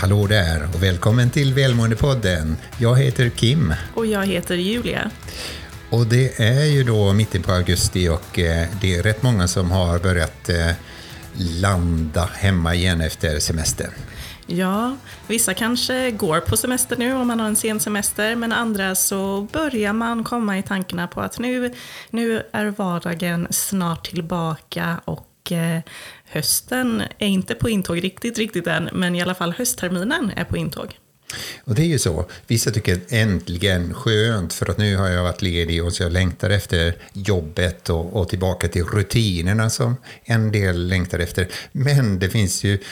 Hallå där och välkommen till Välmåendepodden. Jag heter Kim. Och jag heter Julia. Och det är ju då mitten på augusti och det är rätt många som har börjat landa hemma igen efter semestern. Ja, vissa kanske går på semester nu om man har en sen semester, men andra så börjar man komma i tankarna på att nu är vardagen snart tillbaka och hösten är inte på intåg riktigt än, men i alla fall höstterminen är på intåg. Och det är ju så. Vissa tycker äntligen skönt för att nu har jag varit ledig och så jag längtar efter jobbet och tillbaka till rutinerna som en del längtar efter. Men det finns ju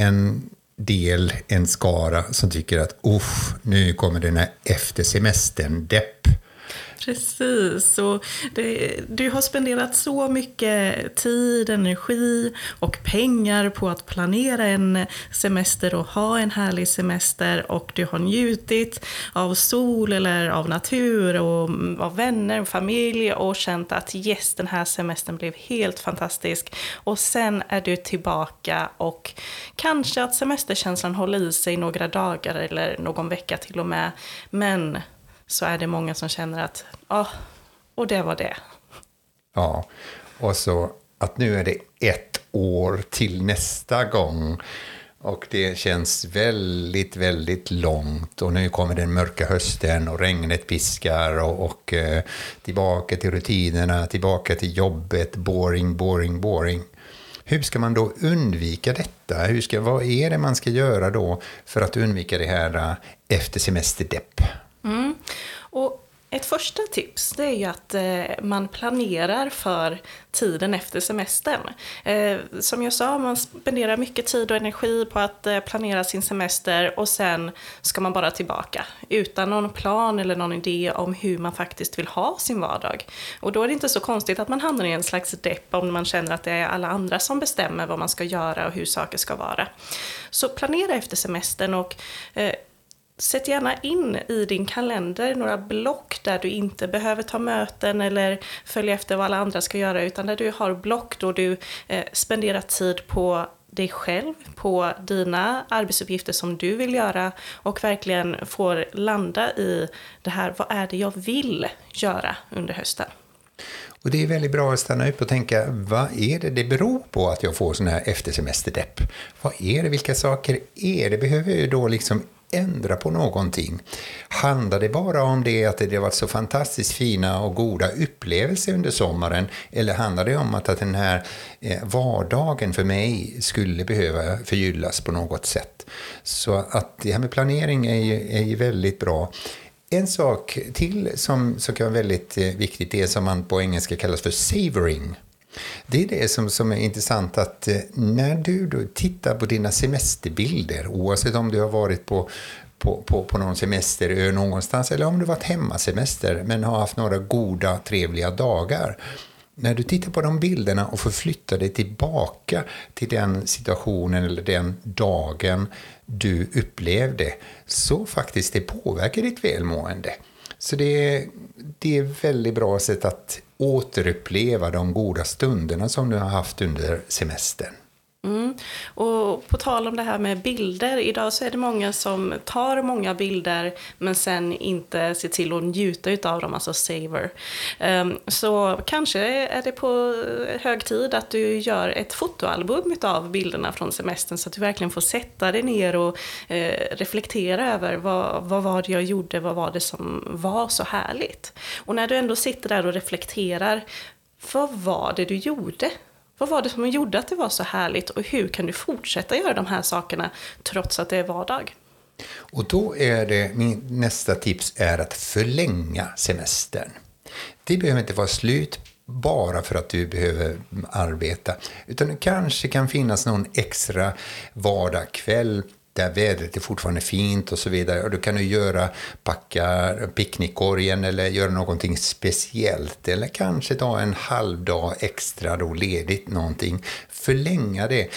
en skara som tycker att nu kommer den här efter semestern depp. Precis, och du har spenderat så mycket tid, energi och pengar på att planera en semester och ha en härlig semester, och du har njutit av sol eller av natur och av vänner och familj och känt att yes, den här semestern blev helt fantastisk, och sen är du tillbaka och kanske att semesterkänslan håller i sig några dagar eller någon vecka till och med, men så är det många som känner att och det var det. Ja, och så att nu är det 1 år till nästa gång. Och det känns väldigt, väldigt långt. Och nu kommer den mörka hösten och regnet piskar och tillbaka till rutinerna, tillbaka till jobbet. Boring. Hur ska man då undvika detta? Vad är det man ska göra då för att undvika det här efter semesterdepp? Och ett första tips, det är ju att man planerar för tiden efter semestern. Som jag sa, man spenderar mycket tid och energi på att planera sin semester, och sen ska man bara tillbaka utan någon plan eller någon idé om hur man faktiskt vill ha sin vardag. Och då är det inte så konstigt att man hamnar i en slags depp om man känner att det är alla andra som bestämmer vad man ska göra och hur saker ska vara. Så planera efter semestern och sätt gärna in i din kalender några block där du inte behöver ta möten eller följa efter vad alla andra ska göra, utan där du har block då du spenderar tid på dig själv, på dina arbetsuppgifter som du vill göra, och verkligen får landa i det här, vad är det jag vill göra under hösten. Och det är väldigt bra att stanna upp och tänka, vad är det beror på att jag får sån här eftersemesterdepp? Vad är det, vilka saker är det? Behöver jag ju då liksom ändra på någonting? Handlar det bara om det att det har varit så fantastiskt fina och goda upplevelser under sommaren, eller handlar det om att den här vardagen för mig skulle behöva förgyllas på något sätt? Så att det här med planering är ju väldigt bra. En sak till som kan vara väldigt viktigt är som man på engelska kallas för savoring. Det är det som är intressant, att när du då tittar på dina semesterbilder, oavsett om du har varit på någon semesterö någonstans eller om du varit hemmasemester men har haft några goda, trevliga dagar. När du tittar på de bilderna och förflyttar dig tillbaka till den situationen eller den dagen du upplevde, så faktiskt det påverkar ditt välmående. Så det är väldigt bra sätt att återuppleva de goda stunderna som du har haft under semestern. Och på tal om det här med bilder, idag så är det många som tar många bilder men sen inte ser till att njuta utav dem, alltså savor. Så kanske är det på hög tid att du gör ett fotoalbum utav bilderna från semestern, så att du verkligen får sätta dig ner och reflektera över vad var det jag gjorde, vad var det som var så härligt. Och när du ändå sitter där och reflekterar, vad var det du gjorde? Vad var det som gjorde att det var så härligt, och hur kan du fortsätta göra de här sakerna trots att det är vardag? Och då är det min nästa tips är att förlänga semestern. Det behöver inte vara slut bara för att du behöver arbeta, utan det kanske kan finnas någon extra vardagskväll där vädret är fortfarande fint och så vidare, och då kan du packa picknickkorgen eller göra någonting speciellt, eller kanske ta en halvdag extra då ledigt någonting, förlänga det.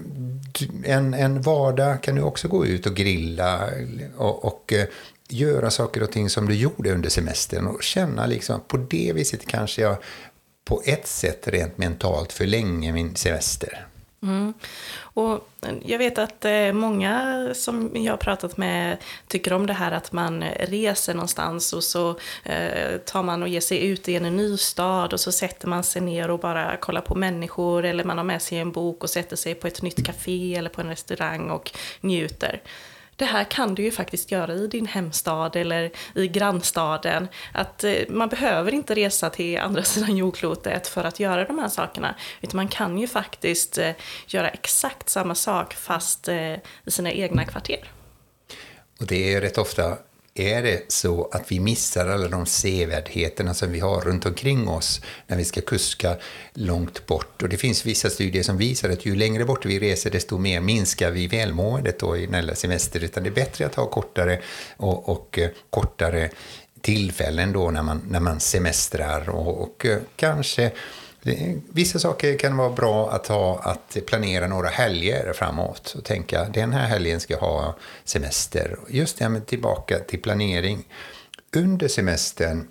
En vardag kan du också gå ut och grilla och göra saker och ting som du gjorde under semestern och känna liksom, på det viset kanske jag på ett sätt rent mentalt förlänger min semester. Och jag vet att många som jag har pratat med tycker om det här att man reser någonstans och så tar man och ger sig ut i en ny stad och så sätter man sig ner och bara kollar på människor, eller man har med sig en bok och sätter sig på ett nytt café eller på en restaurang och njuter. Det här kan du ju faktiskt göra i din hemstad eller i grannstaden. Att man behöver inte resa till andra sidan jordklotet för att göra de här sakerna. Utan man kan ju faktiskt göra exakt samma sak fast i sina egna kvarter. Och det är rätt ofta är det så att vi missar alla de sevärdheterna som vi har runt omkring oss när vi ska kuska långt bort. Och det finns vissa studier som visar att ju längre bort vi reser desto mer minskar vi välmåendet då i nästa semester. Utan det är bättre att ha kortare och kortare tillfällen då när man semestrar och kanske... Vissa saker kan vara bra att planera några helger framåt och tänka den här helgen ska jag ha semester. Just det här med tillbaka till planering. Under semestern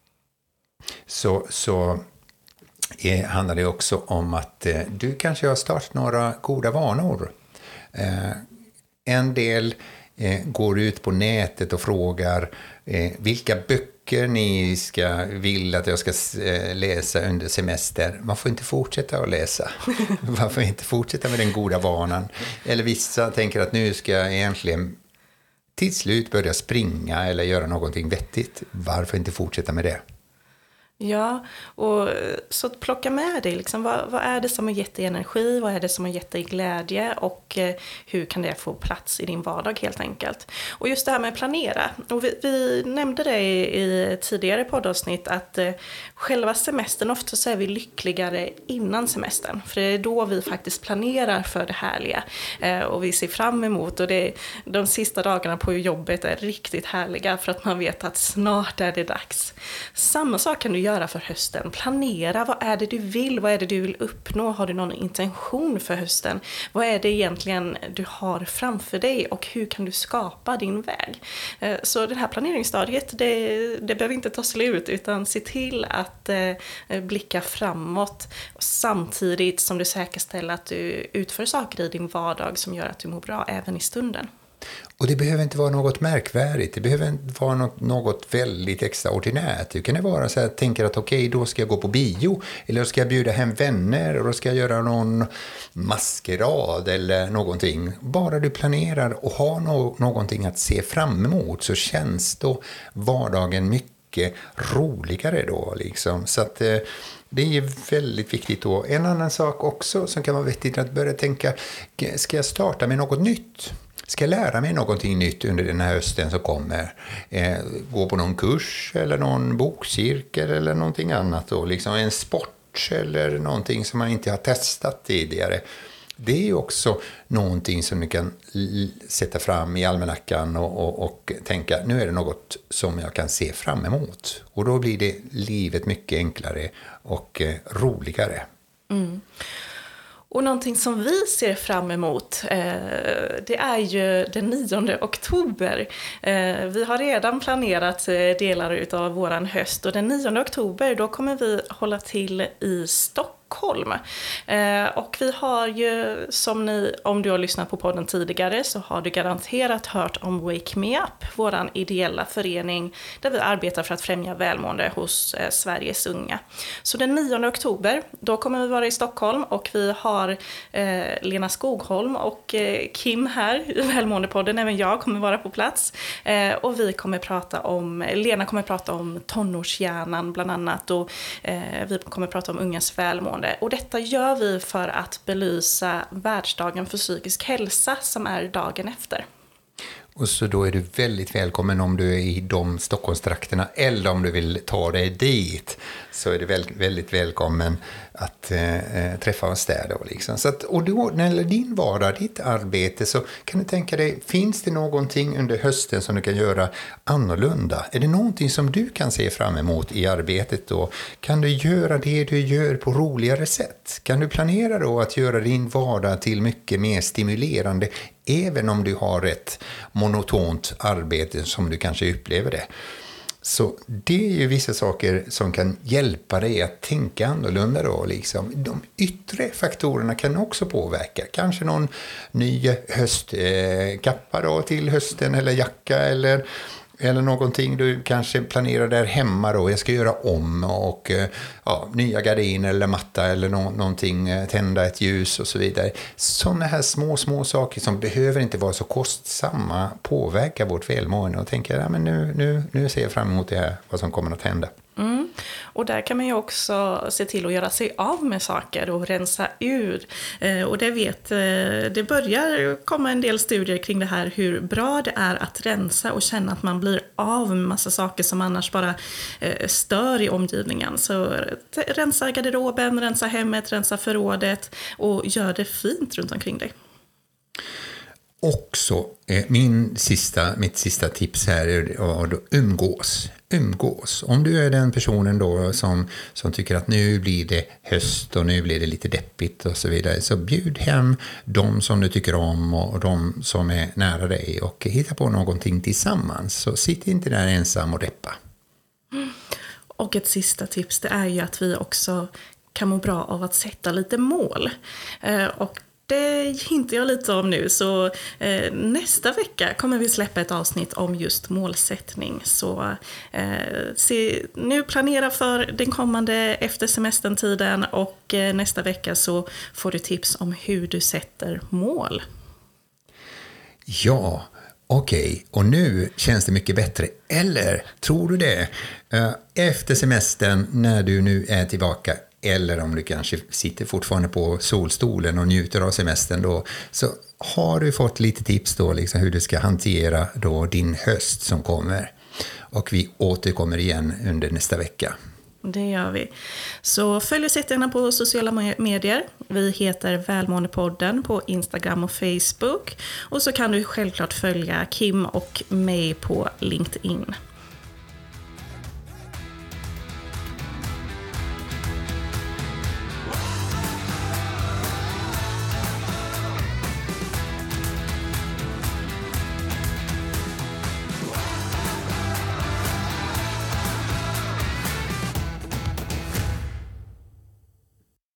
så handlar det också om att du kanske har startat några goda vanor. En del går ut på nätet och frågar vilka böcker ni vill att jag ska läsa under semester. Man får inte fortsätta att läsa. Man får inte fortsätta med den goda vanan. Eller vissa tänker att nu ska jag egentligen till slut börja springa eller göra någonting vettigt. Varför inte fortsätta med det? Ja, och så plocka med dig liksom, vad är det som har gett dig energi, vad är det som har gett dig glädje och hur kan det få plats i din vardag helt enkelt. Och just det här med planera, och vi nämnde det i tidigare poddavsnitt att själva semestern, ofta så är vi lyckligare innan semestern, för det är då vi faktiskt planerar för det härliga och vi ser fram emot, och de sista dagarna på jobbet är riktigt härliga för att man vet att snart är det dags. Samma sak kan du göra för hösten. Planera, vad är det du vill? Vad är det du vill uppnå? Har du någon intention för hösten? Vad är det egentligen du har framför dig och hur kan du skapa din väg? Så det här planeringsstadiet, det behöver inte ta slut utan se till att blicka framåt samtidigt som du säkerställer att du utför saker i din vardag som gör att du mår bra även i stunden. Och det behöver inte vara något märkvärdigt. Det behöver inte vara något väldigt extraordinärt. Det kan det vara så att jag tänker att okej, då ska jag gå på bio. Eller då ska jag bjuda hem vänner. Och då ska jag göra någon maskerad eller någonting. Bara du planerar och har någonting att se fram emot så känns då vardagen mycket roligare då. Liksom. Så att det är väldigt viktigt då. En annan sak också som kan vara vettigt att börja tänka. Ska jag starta med något nytt? Ska jag lära mig någonting nytt under den här hösten som kommer? Gå på någon kurs eller någon bokcirkel eller någonting annat då. Liksom en sport eller någonting som man inte har testat tidigare. Det är ju också någonting som du kan sätta fram i almanackan och tänka nu är det något som jag kan se fram emot. Och då blir det livet mycket enklare och roligare. Mm. Och någonting som vi ser fram emot, det är ju den 9 oktober. Vi har redan planerat delar av våran höst och den 9 oktober då kommer vi hålla till i Stockholm. Och vi har ju, som ni, om du har lyssnat på podden tidigare så har du garanterat hört om Wake Me Up, våran ideella förening där vi arbetar för att främja välmående hos Sveriges unga. Så den 9 oktober, då kommer vi vara i Stockholm och vi har Lena Skogholm och Kim här i Välmåendepodden, även jag kommer vara på plats. Och Lena kommer prata om tonårshjärnan bland annat och vi kommer prata om ungas välmående. Och detta gör vi för att belysa världsdagen för psykisk hälsa som är dagen efter. Och så då är du väldigt välkommen om du är i de Stockholmstrakterna eller om du vill ta dig dit så är du väldigt välkommen att träffa oss där då liksom. Så att, och då när det gäller din vardag, ditt arbete så kan du tänka dig, finns det någonting under hösten som du kan göra annorlunda? Är det någonting som du kan se fram emot i arbetet då? Kan du göra det du gör på roligare sätt? Kan du planera då att göra din vardag till mycket mer stimulerande även om du har ett monotont arbete som du kanske upplever det? Så det är ju vissa saker som kan hjälpa dig att tänka annorlunda då. Liksom. De yttre faktorerna kan också påverka. Kanske någon ny höstkappa då till hösten eller jacka eller någonting du kanske planerar där hemma då. Jag ska göra om och nya gardiner eller matta eller någonting, tända ett ljus och så vidare. Sådana här små saker som behöver inte vara så kostsamma påverkar vårt välmående och tänker men nu ser jag fram emot det här, vad som kommer att hända. Mm. Och där kan man ju också se till att göra sig av med saker och rensa ur. Och det börjar komma en del studier kring det här, hur bra det är att rensa och känna att man blir av med massa saker som annars bara stör i omgivningen. Så rensa garderoben, rensa hemmet, rensa förrådet och gör det fint runt omkring dig. Också mitt sista tips här är att umgås. Om du är den personen då som tycker att nu blir det höst och nu blir det lite deppigt och så vidare, så bjud hem de som du tycker om och de som är nära dig och hitta på någonting tillsammans. Så sitt inte där ensam och deppa. Och ett sista tips, det är ju att vi också kan må bra av att sätta lite mål. Och det hintar jag lite om nu, så nästa vecka kommer vi släppa ett avsnitt om just målsättning. Så nu planera för den kommande efter semestern-tiden, och nästa vecka så får du tips om hur du sätter mål. Ja, okej. Och nu känns det mycket bättre. Eller tror du det? Efter semestern, när du nu är tillbaka, eller om du kanske sitter fortfarande på solstolen och njuter av semestern då, så har du fått lite tips då liksom hur du ska hantera då din höst som kommer. Och vi återkommer igen under nästa vecka. Det gör vi. Så följ oss gärna på sociala medier. Vi heter Välmåendepodden på Instagram och Facebook. Och så kan du självklart följa Kim och mig på LinkedIn.